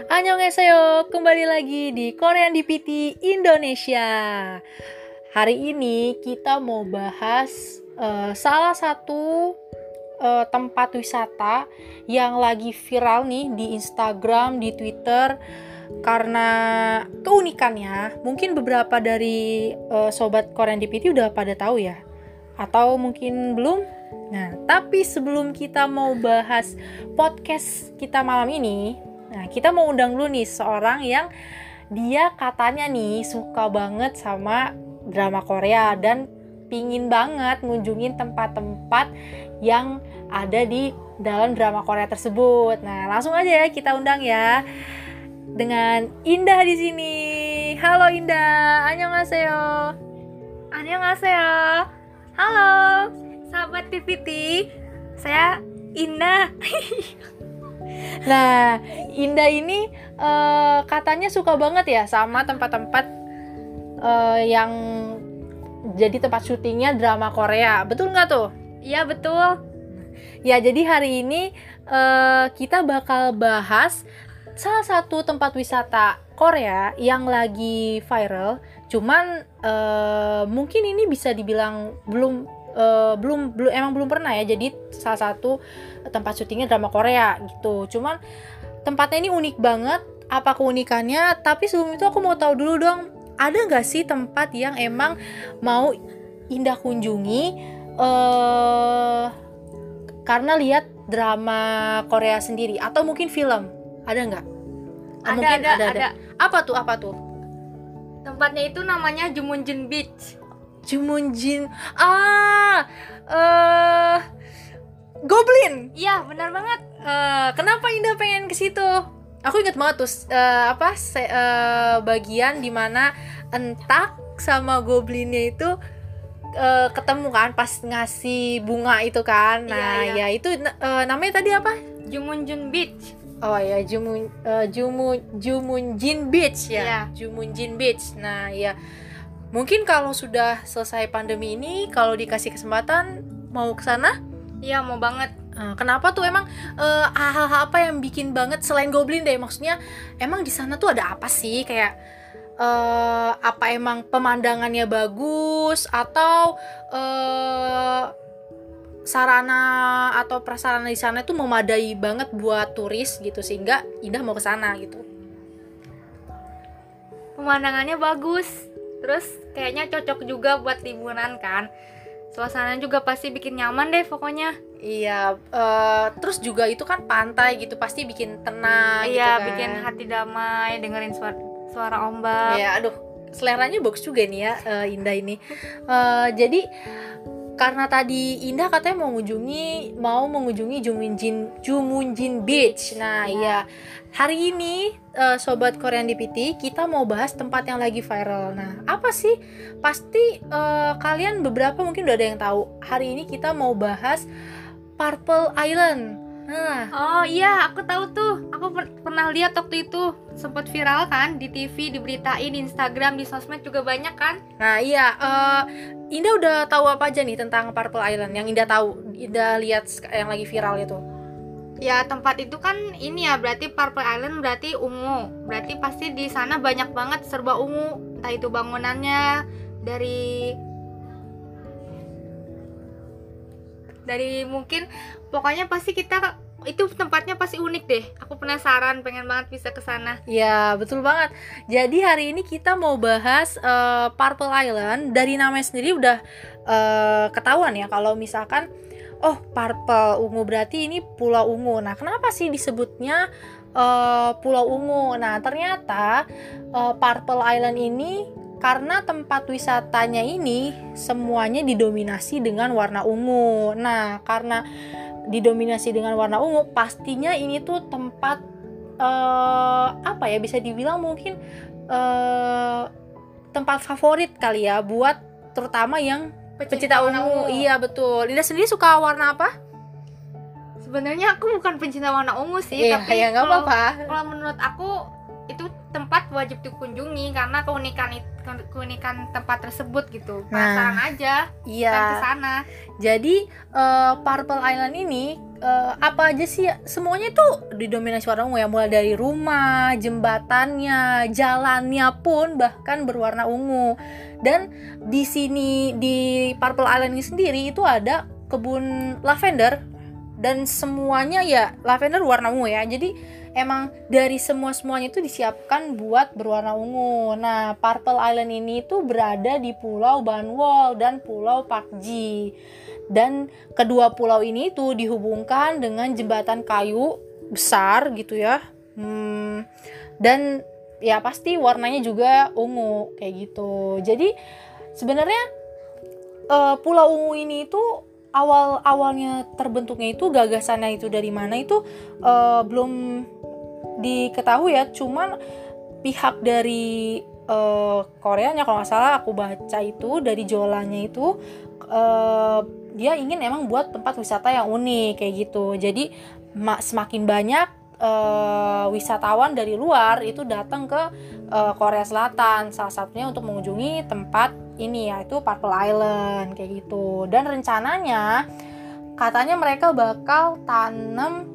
Annyeonghaseyo, kembali lagi di Korean DPT Indonesia. Hari ini kita mau bahas salah satu tempat wisata yang lagi viral nih di Instagram, di Twitter. Karena keunikannya, mungkin beberapa dari sobat Korean DPT udah pada tahu ya, atau mungkin belum. Nah, tapi sebelum kita mau bahas podcast kita malam ini, nah kita mau undang dulu nih seorang yang dia katanya nih suka banget sama drama Korea dan pingin banget ngunjungin tempat-tempat yang ada di dalam drama Korea tersebut. Nah, langsung aja ya kita undang ya. Dengan Indah di sini. Halo Indah, annyeonghaseyo. Annyeonghaseyo. Halo, sahabat TVT. Saya Indah. Nah, Indah ini katanya suka banget ya sama tempat-tempat yang jadi tempat syutingnya drama Korea. Betul nggak tuh? Iya, betul. Ya, jadi hari ini kita bakal bahas salah satu tempat wisata Korea yang lagi viral, cuman mungkin ini bisa dibilang belum pernah ya jadi salah satu tempat syutingnya drama Korea gitu. Cuman tempatnya ini unik banget. Apa keunikannya? Tapi sebelum itu aku mau tahu dulu dong, ada nggak sih tempat yang emang mau Indah kunjungi karena lihat drama Korea sendiri atau mungkin film? Ada nggak? Ada. Apa tuh? Tempatnya itu namanya Jumunjin Beach. Jumunjin. Goblin. Iya, benar banget. Kenapa Indah pengen ke situ? Aku ingat banget tuh bagian dimana Entak sama Goblinnya itu ketemu kan pas ngasih bunga itu kan. Nah, Iya. ya itu namanya tadi apa? Jumunjin Beach. Oh ya, Jumunjin Beach ya. Iya. Jumunjin Beach. Nah, ya. Mungkin kalau sudah selesai pandemi ini, kalau dikasih kesempatan mau ke sana? Iya, mau banget. Kenapa tuh emang hal-hal apa yang bikin banget selain Goblin deh? Maksudnya emang di sana tuh ada apa sih? Kayak apa emang pemandangannya bagus atau sarana atau prasarana di sana itu memadai banget buat turis gitu sehingga Indah mau ke sana gitu. Pemandangannya bagus. Terus kayaknya cocok juga buat liburan kan. Suasananya juga pasti bikin nyaman deh pokoknya. Iya, terus juga itu kan pantai gitu pasti bikin tenang gitu Iya, kan. bikin hati damai, dengerin suara ombak. Ya, aduh, seleranya bagus juga nih ya Indah ini. Jadi karena tadi Indah katanya mau mengunjungi Jumunjin Beach. Nah, ya. Hari ini sobat Korean DPT kita mau bahas tempat yang lagi viral. Nah, apa sih? Pasti kalian beberapa mungkin udah ada yang tahu. Hari ini kita mau bahas Purple Island. Nah, Oh iya, aku tahu tuh. Aku pernah lihat waktu itu. Sempat viral kan di TV, diberitain di Instagram, di sosmed juga banyak kan. Nah iya, Indah udah tahu apa aja nih tentang Purple Island yang Indah tahu, Indah lihat yang lagi viral itu. Ya, tempat itu kan ini ya, berarti Purple Island berarti ungu. Berarti pasti di sana banyak banget serba ungu. Entah itu bangunannya dari mungkin pokoknya pasti itu tempatnya pasti unik deh. Aku penasaran, pengen banget bisa ke sana. Ya betul banget. Jadi hari ini kita mau bahas Purple Island. Dari namanya sendiri udah ketahuan ya kalau misalkan purple ungu berarti ini Pulau Ungu. Nah, kenapa sih disebutnya Pulau Ungu? Nah, ternyata Purple Island ini karena tempat wisatanya ini semuanya didominasi dengan warna ungu. Nah, karena didominasi dengan warna ungu, pastinya ini tuh tempat bisa dibilang mungkin tempat favorit kali ya buat terutama yang pecinta ungu. Iya, betul. Indah sendiri suka warna apa? Sebenarnya aku bukan pencinta warna ungu sih, tapi ya nggak apa-apa. kalau menurut aku itu tempat wajib dikunjungi karena keunikan tempat tersebut gitu. Penasaran aja. Iya. Pengen ke sana. Jadi Purple Island ini apa aja sih? Semuanya tuh didominasi warna ungu ya, mulai dari rumah, jembatannya, jalannya pun bahkan berwarna ungu. Dan di sini di Purple Island ini sendiri itu ada kebun lavender dan semuanya ya lavender warna ungu ya. Jadi emang dari semuanya itu disiapkan buat berwarna ungu. Nah, Purple Island ini tuh berada di Pulau Banwol dan Pulau Pakji. Dan kedua pulau ini tuh dihubungkan dengan jembatan kayu besar gitu ya. Dan ya pasti warnanya juga ungu kayak gitu. Jadi sebenarnya Pulau Ungu ini tuh awalnya terbentuknya itu gagasannya itu dari mana itu belum diketahui ya, cuman pihak dari Koreanya kalau nggak salah aku baca itu dari jualannya itu dia ingin emang buat tempat wisata yang unik kayak gitu. Jadi semakin banyak wisatawan dari luar itu datang ke Korea Selatan, salah satunya untuk mengunjungi tempat ini yaitu Purple Island kayak gitu. Dan rencananya katanya mereka bakal tanam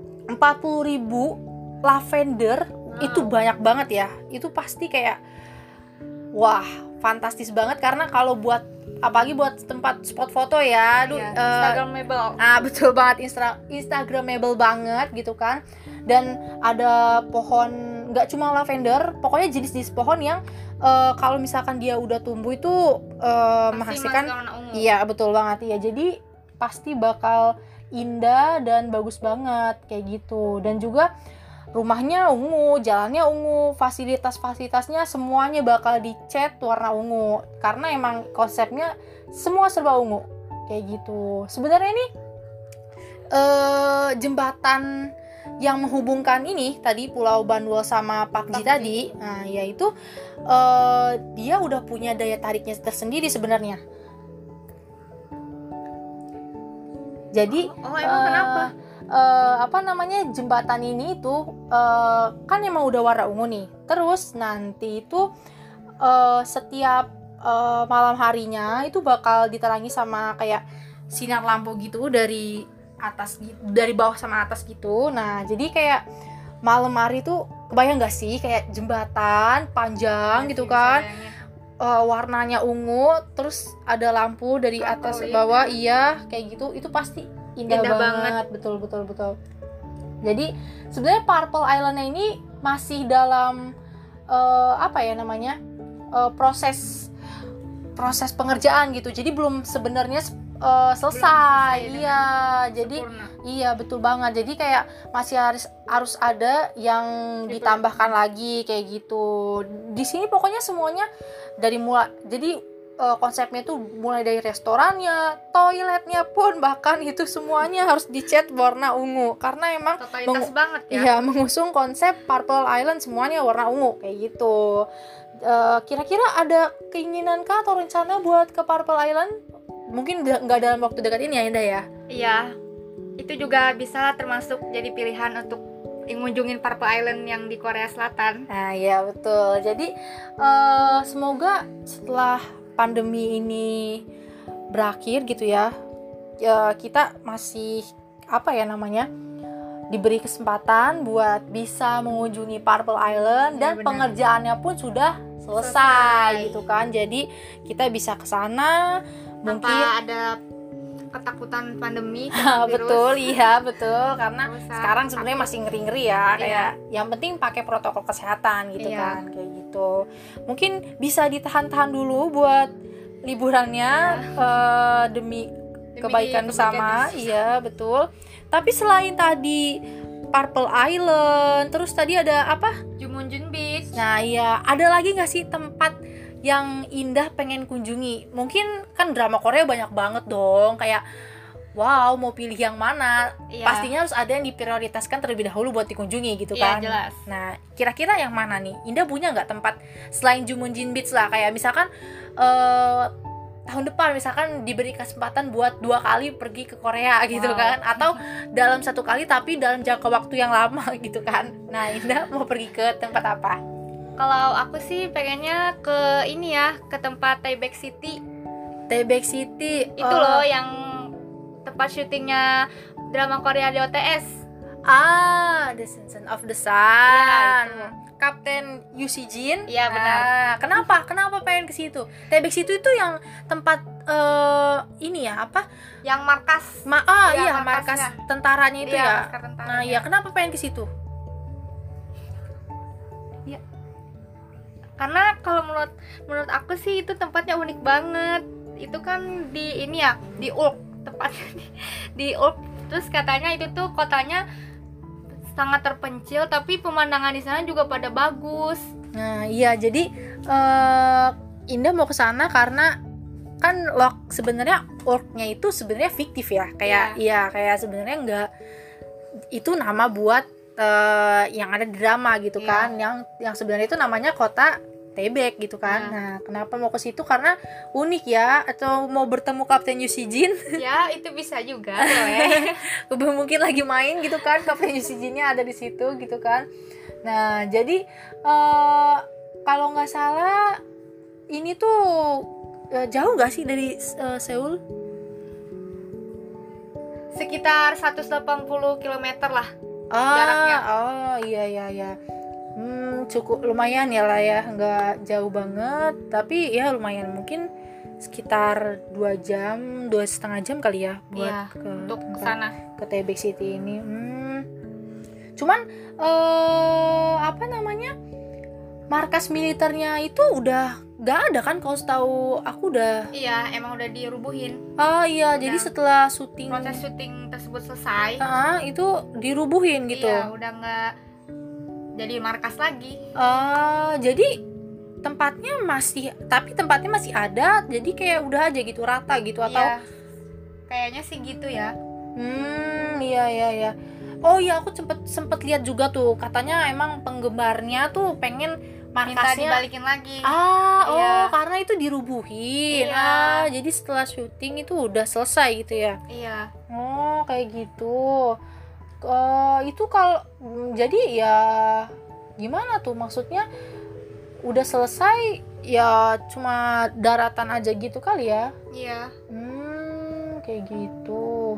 40.000 lavender. Wow. Itu banyak banget ya. Itu pasti kayak wah, fantastis banget karena kalau buat apalagi buat tempat spot foto ya, Instagramable. Betul banget, Instagramable banget gitu kan. Dan ada pohon, nggak cuma lavender, pokoknya jenis-jenis pohon yang kalau misalkan dia udah tumbuh itu menghasilkan, iya betul banget ya. Jadi pasti bakal indah dan bagus banget kayak gitu. Dan juga rumahnya ungu, jalannya ungu, fasilitas-fasilitasnya semuanya bakal dicat warna ungu karena emang konsepnya semua serba ungu kayak gitu. Sebenarnya ini jembatan yang menghubungkan ini tadi Pulau Banwol sama Pakji tadi, nah yaitu dia udah punya daya tariknya tersendiri sebenarnya. Jadi emang kenapa? Jembatan ini tuh kan emang udah warna ungu nih. Terus nanti itu setiap malam harinya itu bakal diterangi sama kayak sinar lampu gitu dari atas, dari bawah sama atas gitu. Nah jadi kayak malam hari tuh kebayang gak sih kayak jembatan panjang gitu kan, warnanya ungu, terus ada lampu dari atas bawah, iya kayak gitu. Itu pasti indah banget. Betul. Jadi sebenarnya Purple Island-nya ini masih dalam proses pengerjaan gitu. Jadi belum sebenarnya selesai. Iya, jadi iya betul banget. Jadi kayak masih harus ada yang ditambahkan lagi kayak gitu. Di sini pokoknya semuanya dari mulai, jadi konsepnya tuh mulai dari restorannya, toiletnya pun bahkan itu semuanya harus dicat warna ungu karena emang banget ya. Iya, mengusung konsep Purple Island semuanya warna ungu kayak gitu. Kira-kira ada keinginan kah atau rencana buat ke Purple Island? Mungkin nggak dalam waktu dekat ini ya, Indah ya? Iya, itu juga bisa termasuk jadi pilihan untuk ngunjungin Purple Island yang di Korea Selatan. Nah iya betul. Jadi semoga setelah pandemi ini berakhir gitu ya, kita masih diberi kesempatan buat bisa mengunjungi Purple Island dan pengerjaannya pun sudah selesai gitu kan. Jadi kita bisa ke sana mungkin ada ketakutan pandemi betul, iya betul, karena sekarang sebenarnya masih ngeri-ngeri ya, kayak yang penting pakai protokol kesehatan gitu kan, kayak gitu. Mungkin bisa ditahan-tahan dulu buat liburannya demi kebaikan bersama, iya betul. Tapi selain tadi Purple Island, terus tadi ada apa? Jumunjun Beach. Nah iya, ada lagi nggak sih tempat yang Indah pengen kunjungi? Mungkin kan drama Korea banyak banget dong, kayak wow mau pilih yang mana, pastinya harus ada yang diprioritaskan terlebih dahulu buat dikunjungi gitu kan. Jelas. Nah kira-kira yang mana nih? Indah punya nggak tempat selain Jumunjin Beach lah, kayak misalkan tahun depan misalkan diberi kesempatan buat 2 kali pergi ke Korea gitu kan, atau dalam 1 kali tapi dalam jangka waktu yang lama gitu kan. Nah Indah mau pergi ke tempat apa? Kalau aku sih pengennya ke ini ya, ke tempat Taebaek City. Taebaek City. Itu loh yang tempat syutingnya drama Korea di OTS. The Season of the Sun. Iya, itu. Kapten Yu Si Jin. Iya, benar. Kenapa pengen ke situ? Taebaek City itu yang tempat ini ya, apa? Yang markas. Iya, markas tentaranya itu ya. Markas tentaranya. Nah, ya kenapa pengen ke situ? Karena kalau menurut aku sih itu tempatnya unik banget. Itu kan di ini ya, di Ulk, tepatnya di Ulk. Terus katanya itu tuh kotanya sangat terpencil, tapi pemandangan di sana juga pada bagus. Nah, iya, jadi Indah mau ke sana karena kan sebenarnya Ulknya itu sebenarnya fiktif ya, kayak kayak sebenarnya enggak, itu nama buat yang ada di drama gitu kan, yang sebenarnya itu namanya kota Taebaek gitu kan. Nah, kenapa mau ke situ? Karena unik ya, atau mau bertemu Kapten Yu Si Jin? Ya, itu bisa juga, boleh. Mungkin lagi main gitu kan, Kapten Yu Si Jinnya ada di situ gitu kan. Nah, jadi kalau nggak salah ini tuh jauh nggak sih dari Seoul? Sekitar 180 km lah jaraknya. Oh iya. Cukup lumayan ya lah ya, nggak jauh banget, tapi ya lumayan, mungkin sekitar 2,5 jam kali ya buat untuk kesana, ke Taebaek City ini. Cuman apa namanya, markas militernya itu udah nggak ada kan? Kalau setahu aku udah. Iya, emang udah dirubuhin. Iya, jadi setelah proses syuting tersebut selesai, itu dirubuhin gitu. Iya, udah nggak jadi markas lagi. Jadi tempatnya masih ada, jadi kayak udah aja gitu, rata gitu, atau? Iya, kayaknya sih gitu ya. Iya. Oh iya, aku sempet lihat juga tuh, katanya emang penggemarnya tuh pengen markasnya minta dibalikin lagi. Karena itu dirubuhin. Iya. Jadi setelah syuting itu udah selesai gitu ya. Iya. Oh, kayak gitu. Itu kalau jadi ya gimana tuh, maksudnya udah selesai ya, cuma daratan aja gitu kali ya? Iya. Kayak gitu.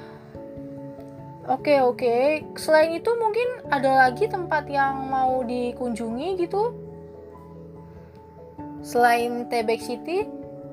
Oke. Selain itu mungkin ada lagi tempat yang mau dikunjungi gitu selain Taebaek City?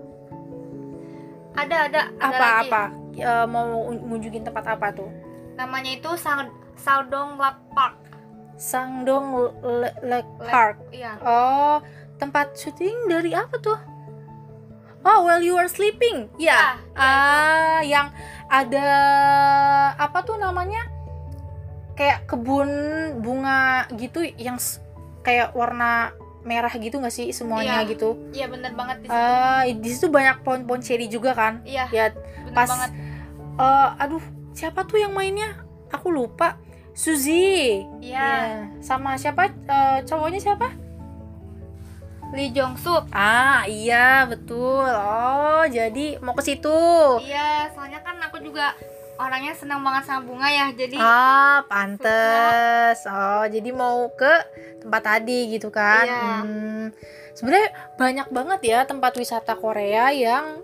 Ada apa? Mau ngunjungin tempat apa tuh? Namanya itu Sangdong Lake Park. Sangdong Lake Park. Iya. Oh, tempat syuting dari apa tuh? While You Were Sleeping. Ya. Yang ada apa tuh namanya? Kayak kebun bunga gitu yang kayak warna merah gitu nggak sih semuanya gitu? Iya, bener banget di situ. Di situ banyak pohon-pohon cherry juga kan? Iya. Ya, bener pas banget. Aduh, siapa tuh yang mainnya? Aku lupa. Suzy. Iya. Sama siapa? Cowoknya siapa? Lee Jong Suk. Iya, betul. Oh, jadi mau ke situ. Iya, soalnya kan aku juga orangnya senang banget sama bunga ya, jadi pantes. Jadi mau ke tempat tadi gitu kan. Iya. Sebenarnya banyak banget ya tempat wisata Korea yang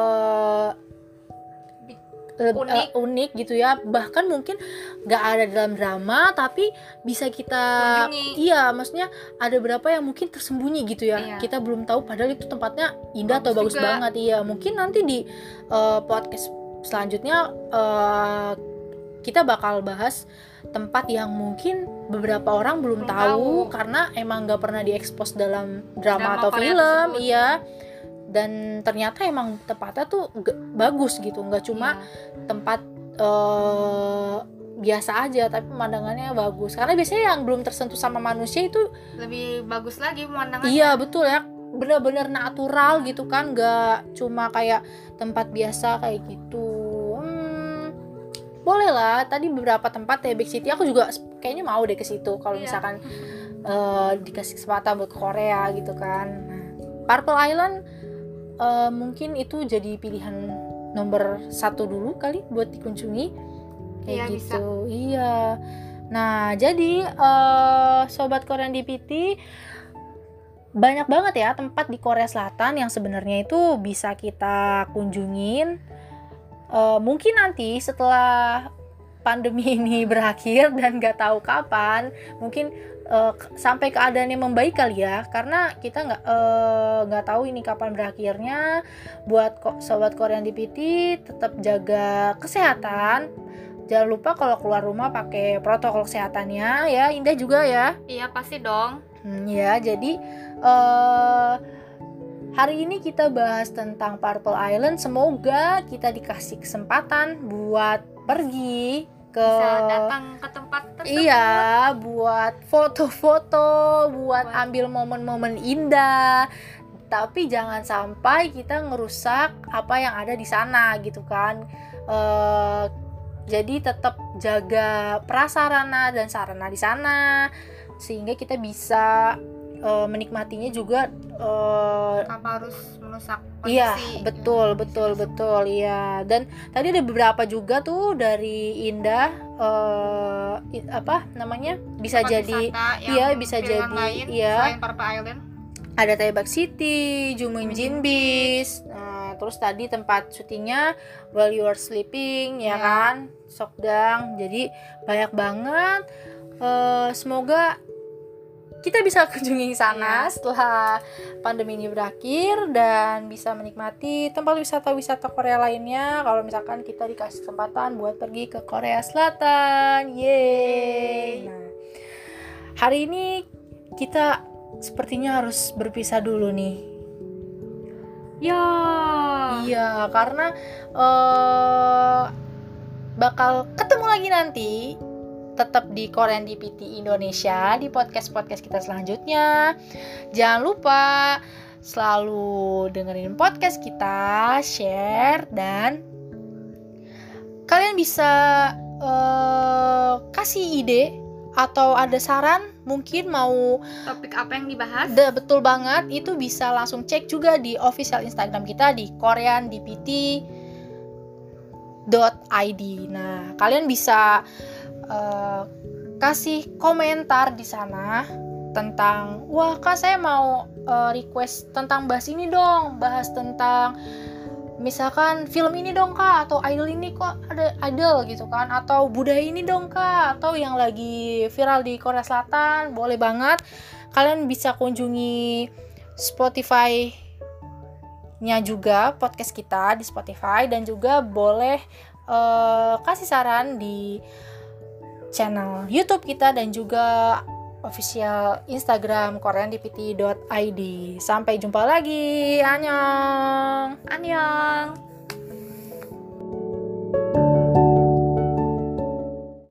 unik gitu ya, bahkan mungkin nggak ada dalam drama tapi bisa kita kunjungi. Iya, maksudnya ada berapa yang mungkin tersembunyi gitu ya. Iya. Kita belum tahu padahal itu tempatnya indah atau bagus juga. banget. Iya, mungkin nanti di podcast selanjutnya kita bakal bahas tempat yang mungkin beberapa orang belum tahu karena emang nggak pernah diekspos dalam drama atau Korea film tersebut. Iya. Dan ternyata emang tempatnya tuh bagus gitu, nggak cuma tempat biasa aja tapi pemandangannya bagus, karena biasanya yang belum tersentuh sama manusia itu lebih bagus lagi pemandangannya. Iya, betul ya, bener-bener natural gitu kan, nggak cuma kayak tempat biasa kayak gitu. Boleh lah, tadi beberapa tempat Taebaek City aku juga kayaknya mau deh ke situ kalau misalkan dikasih kesempatan buat ke Korea gitu kan. Nah, Purple Island mungkin itu jadi pilihan nomor 1 dulu kali buat dikunjungi kayak gitu. Iya. Nah, jadi Sobat Korean DPT, banyak banget ya tempat di Korea Selatan yang sebenarnya itu bisa kita kunjungin. Mungkin nanti setelah pandemi ini berakhir dan gak tahu kapan, mungkin sampai keadaannya membaik kali ya, karena kita nggak tahu ini kapan berakhirnya. Buat sobat Korean DPT, tetap jaga kesehatan. Jangan lupa kalau keluar rumah pakai protokol kesehatannya ya. Indah juga ya. Iya pasti dong. Ya, jadi hari ini kita bahas tentang Purple Island. Semoga kita dikasih kesempatan buat pergi bisa datang ke tempat tersebut. Iya, buat foto-foto, buat ambil momen-momen indah. Tapi jangan sampai kita ngerusak apa yang ada di sana gitu kan. Jadi tetap jaga prasarana dan sarana di sana sehingga kita bisa menikmatinya juga tanpa harus merusak kondisi. Iya, betul ya. Dan tadi ada beberapa juga tuh dari Indah bisa tempat jadi bisa jadi lain, iya. Selain Purple Island Ada Taebaek City, Jumunjin Beach. Nah, terus tadi tempat syutingnya While You Are Sleeping ya kan, Sokdang. Jadi banyak banget. Semoga kita bisa kunjungi sana setelah pandemi ini berakhir dan bisa menikmati tempat wisata Korea lainnya kalau misalkan kita dikasih kesempatan buat pergi ke Korea Selatan. Yeay. Nah, hari ini kita sepertinya harus berpisah dulu nih. Iya, karena bakal ketemu lagi nanti tetap di Korean DPT Indonesia di podcast kita selanjutnya. Jangan lupa selalu dengerin podcast kita, share, dan kalian bisa kasih ide atau ada saran mungkin mau topik apa yang dibahas. Betul banget, itu bisa langsung cek juga di official Instagram kita di koreandpt.id. Nah, kalian bisa kasih komentar di sana tentang, wah Kak saya mau request tentang bahas ini dong, bahas tentang misalkan film ini dong Kak, atau idol ini kok ada idol gitu kan, atau budaya ini dong Kak, atau yang lagi viral di Korea Selatan. Boleh banget, kalian bisa kunjungi Spotify-nya juga, podcast kita di Spotify, dan juga boleh kasih saran di channel YouTube kita dan juga official Instagram koreandpt.id. Sampai jumpa lagi. Annyeong.